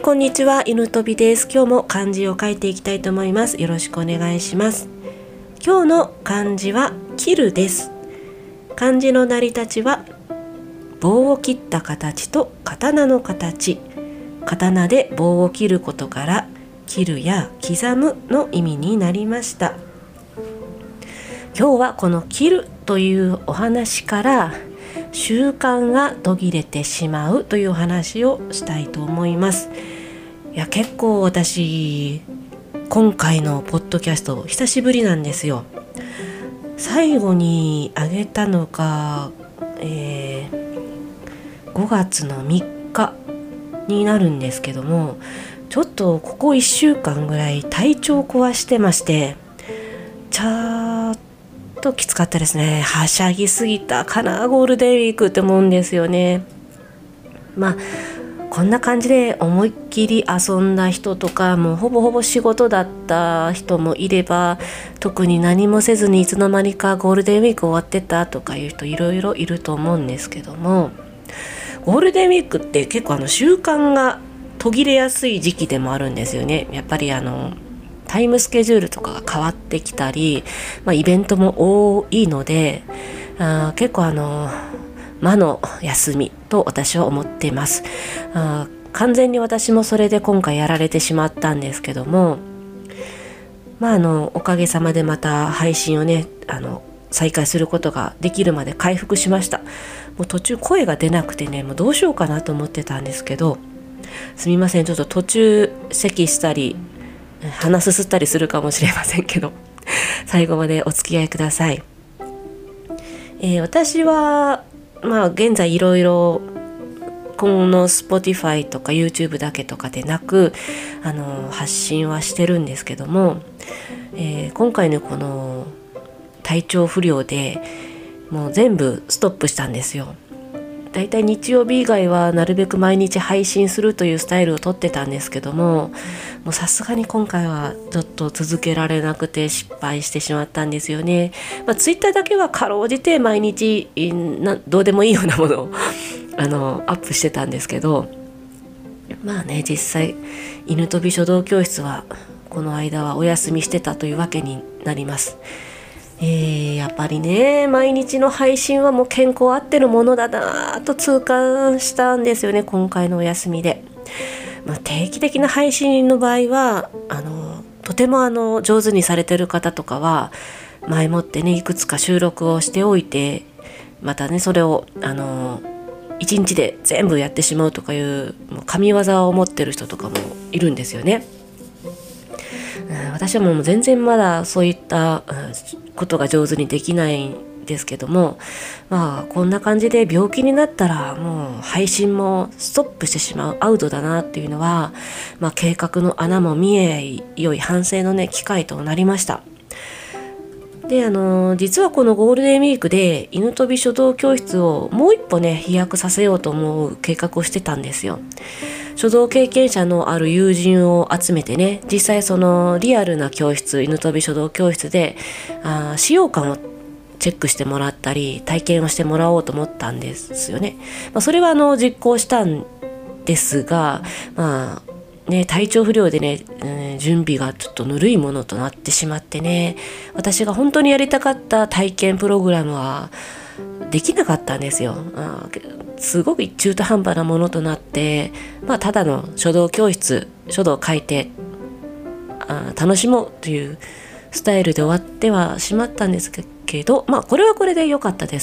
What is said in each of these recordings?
い、こんにちは。犬飛びです。今日も漢字を書いていきたいと思います。よろしくお願いします。今日の漢字は切るです。漢字の成り立ちは棒を切った形と刀の形。刀で棒を切ることから切るや刻むの意味になりました。今日はこの切るというお話から習慣が途切れてしまうという話をしたいと思います。いや、結構私今回のポッドキャスト久しぶりなんですよ。最後にあげたのが、5月の3日になるんですけども、ちょっとここ1週間ぐらい体調壊してまして、ちょっときつかったですね。はしゃぎすぎたかな、ゴールデンウィークって思うんですよね。こんな感じで思いっきり遊んだ人とか、もうほぼほぼ仕事だった人もいれば、特に何もせずにいつの間にかゴールデンウィーク終わってたとかいう人いろいろいると思うんですけども、ゴールデンウィークって結構習慣が途切れやすい時期でもあるんですよね。やっぱりタイムスケジュールとかが変わってきたり、イベントも多いので、結構魔の休みと私は思っています。完全に私もそれで今回やられてしまったんですけども、おかげさまでまた配信をね再開することができるまで回復しました。もう途中声が出なくてね、もうどうしようかなと思ってたんですけど、すみません、ちょっと途中咳したり鼻すすったりするかもしれませんけど最後までお付き合いください。私は現在いろいろこの Spotify とか YouTube だけとかでなく発信はしてるんですけども、今回のこの体調不良でもう全部ストップしたんですよ。だいたい日曜日以外はなるべく毎日配信するというスタイルをとってたんですけども、さすがに今回はちょっと続けられなくて失敗してしまったんですよね。ツイッターだけはかろうじて毎日どうでもいいようなものをアップしてたんですけど、実際犬飛び書道教室はこの間はお休みしてたというわけになります。やっぱりね、毎日の配信はもう健康あってるものだなと痛感したんですよね、今回のお休みで。定期的な配信の場合はとても上手にされてる方とかは前もってねいくつか収録をしておいて、またねそれを一日で全部やってしまうとかいう神業を持ってる人とかもいるんですよね。私はもう全然まだそういったことが上手にできないんですけども、こんな感じで病気になったらもう配信もストップしてしまう、アウトだなっていうのは、計画の穴も見え良い反省のね機会となりました。で実はこのゴールデンウィークで犬飛び書道教室をもう一歩ね飛躍させようと思う計画をしてたんですよ。書道経験者のある友人を集めてね、実際そのリアルな教室、犬飛び書道教室で使用感をチェックしてもらったり体験をしてもらおうと思ったんですよね。それは実行したんですが、体調不良でね、準備がちょっとぬるいものとなってしまってね、私が本当にやりたかった体験プログラムはできなかったんですよ。すごく中途半端なものとなって、ただの書道教室、書道を書いて楽しもうというスタイルで終わってはしまったんですけど、これはこれで良かったです。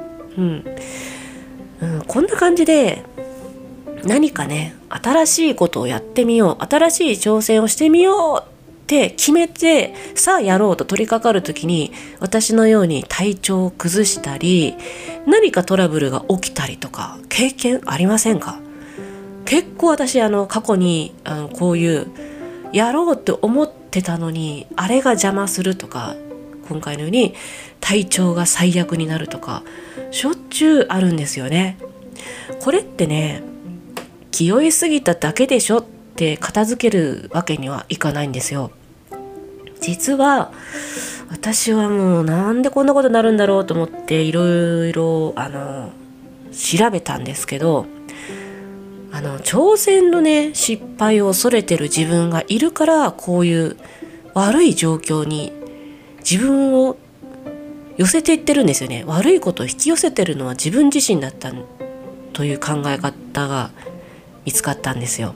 こんな感じで何かね新しいことをやってみよう、新しい挑戦をしてみようって決めてさあやろうと取り掛かるときに、私のように体調を崩したり何かトラブルが起きたりとか経験ありませんか？結構私過去にこういうやろうって思ってたのにあれが邪魔するとか、今回のように体調が最悪になるとかしょっちゅうあるんですよね。これってね、気負いすぎただけでしょって片付けるわけにはいかないんですよ。実は私はもうなんでこんなことになるんだろうと思っていろいろ調べたんですけど、 挑戦のね失敗を恐れてる自分がいるから、こういう悪い状況に自分を寄せていってるんですよね。悪いことを引き寄せてるのは自分自身だったという考え方が見つかったんですよ。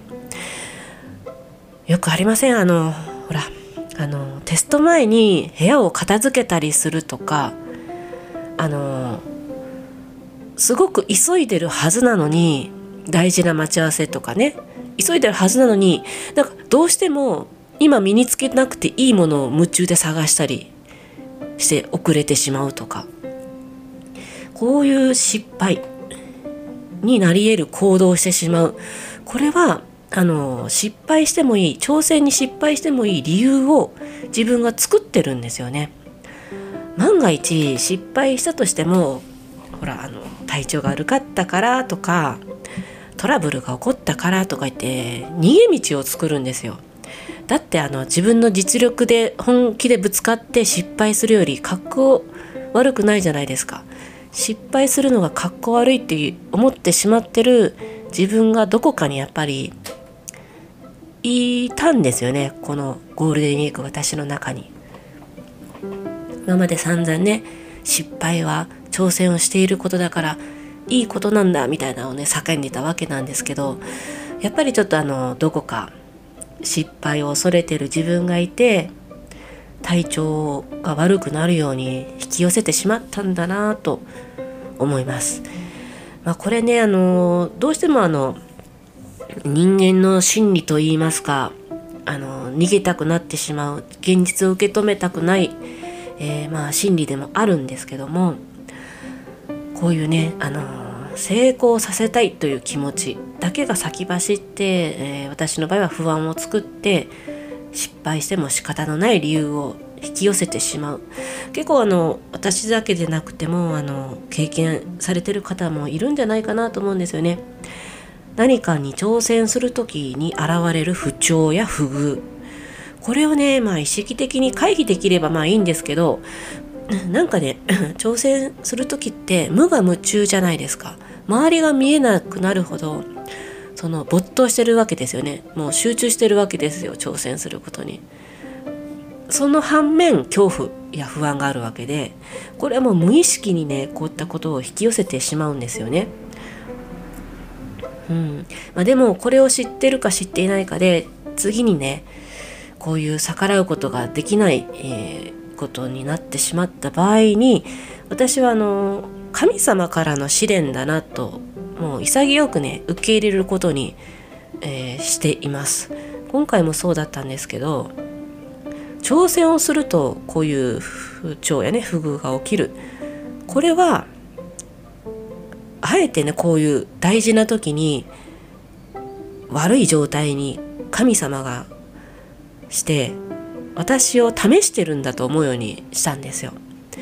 よくありません？ほらテスト前に部屋を片付けたりするとか、すごく急いでるはずなのに、大事な待ち合わせとかね、急いでるはずなのに、なんかどうしても今身につけなくていいものを夢中で探したりして遅れてしまうとか、こういう失敗になり得る行動をしてしまう。これは失敗してもいい、挑戦に失敗してもいい理由を自分が作ってるんですよね。万が一失敗したとしても、ほら体調が悪かったからとか、トラブルが起こったからとか言って逃げ道を作るんですよ。だって自分の実力で本気でぶつかって失敗するより格好悪くないじゃないですか。失敗するのが格好悪いって思ってしまってる自分がどこかにやっぱりいたんですよね。このゴールデンウィーク、私の中に。今まで散々ね、失敗は挑戦をしていることだからいいことなんだみたいなのをね叫んでたわけなんですけど、やっぱりちょっとどこか失敗を恐れてる自分がいて、体調が悪くなるように引き寄せてしまったんだなと思います。これねどうしても人間の心理といいますか、逃げたくなってしまう、現実を受け止めたくない、心理でもあるんですけども、こういうね成功させたいという気持ちだけが先走って、私の場合は不安を作って失敗しても仕方のない理由を引き寄せてしまう。結構私だけでなくても経験されてる方もいるんじゃないかなと思うんですよね。何かに挑戦する時に現れる不調や不遇、これをね意識的に回避できればいいんですけど、なんかね挑戦する時って無我夢中じゃないですか。周りが見えなくなるほど没頭してるわけですよね。もう集中してるわけですよ、挑戦することに。その反面恐怖や不安があるわけで、これはもう無意識にねこういったことを引き寄せてしまうんですよね。でもこれを知ってるか知っていないかで、次にねこういう逆らうことができない、ことになってしまった場合に、私は神様からの試練だなと、もう潔くね受け入れることに、しています。今回もそうだったんですけど、挑戦をするとこういう不調やね不遇が起きる。これはあえてねこういう大事な時に悪い状態に神様がして私を試してるんだと思うようにしたんですよ。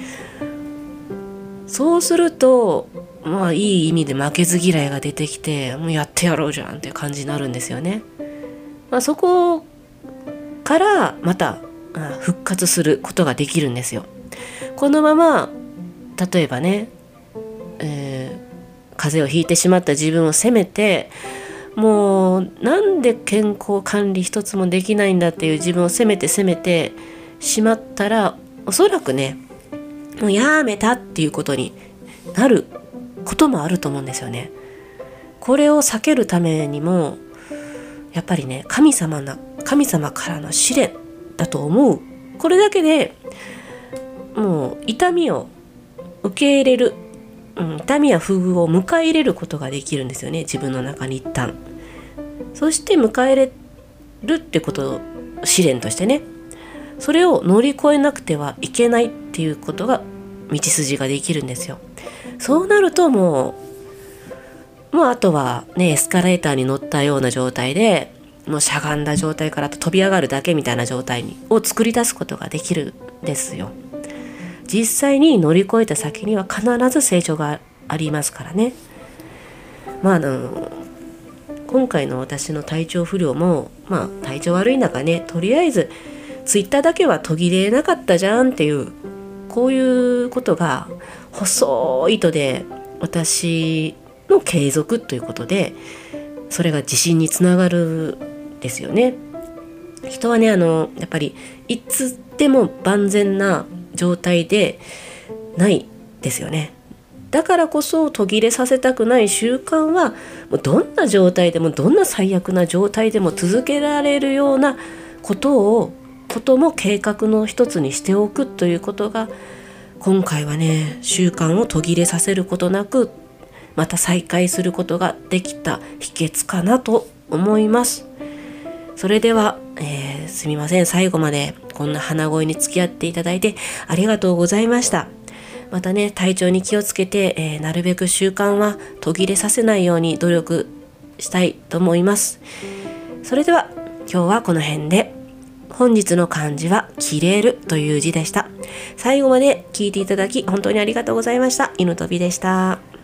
そうするといい意味で負けず嫌いが出てきて、もうやってやろうじゃんっていう感じになるんですよね。そこからまた復活することができるんですよ。このまま例えばね、風邪をひいてしまった自分を責めて、もうなんで健康管理一つもできないんだっていう自分を責めてしまったら、おそらくねもうやめたっていうことになることもあると思うんですよね。これを避けるためにもやっぱりね神様からの試練だと思う。これだけでもう痛みを受け入れる、痛みや不遇を迎え入れることができるんですよね、自分の中に一旦。そして迎え入れるってことを試練としてね、それを乗り越えなくてはいけないっていうことが道筋ができるんですよ。そうなるともうあとはねエスカレーターに乗ったような状態で、もうしゃがんだ状態から飛び上がるだけみたいな状態を作り出すことができるんですよ。実際に乗り越えた先には必ず成長がありますからね。今回の私の体調不良も体調悪い中ね、とりあえずツイッターだけは途切れなかったじゃんっていう、こういうことが細い糸で私の継続ということでそれが自信につながるですよね。人はねやっぱりいつでも万全な状態でないですよね。だからこそ途切れさせたくない習慣はもうどんな状態でもどんな最悪な状態でも続けられるようなことも計画の一つにしておくということが、今回はね習慣を途切れさせることなくまた再開することができた秘訣かなと思います。それでは、すみません、最後までこんな鼻声に付き合っていただいてありがとうございました。またね体調に気をつけて、なるべく習慣は途切れさせないように努力したいと思います。それでは今日はこの辺で。本日の漢字は切れるという字でした。最後まで聞いていただき本当にありがとうございました。犬飛びでした。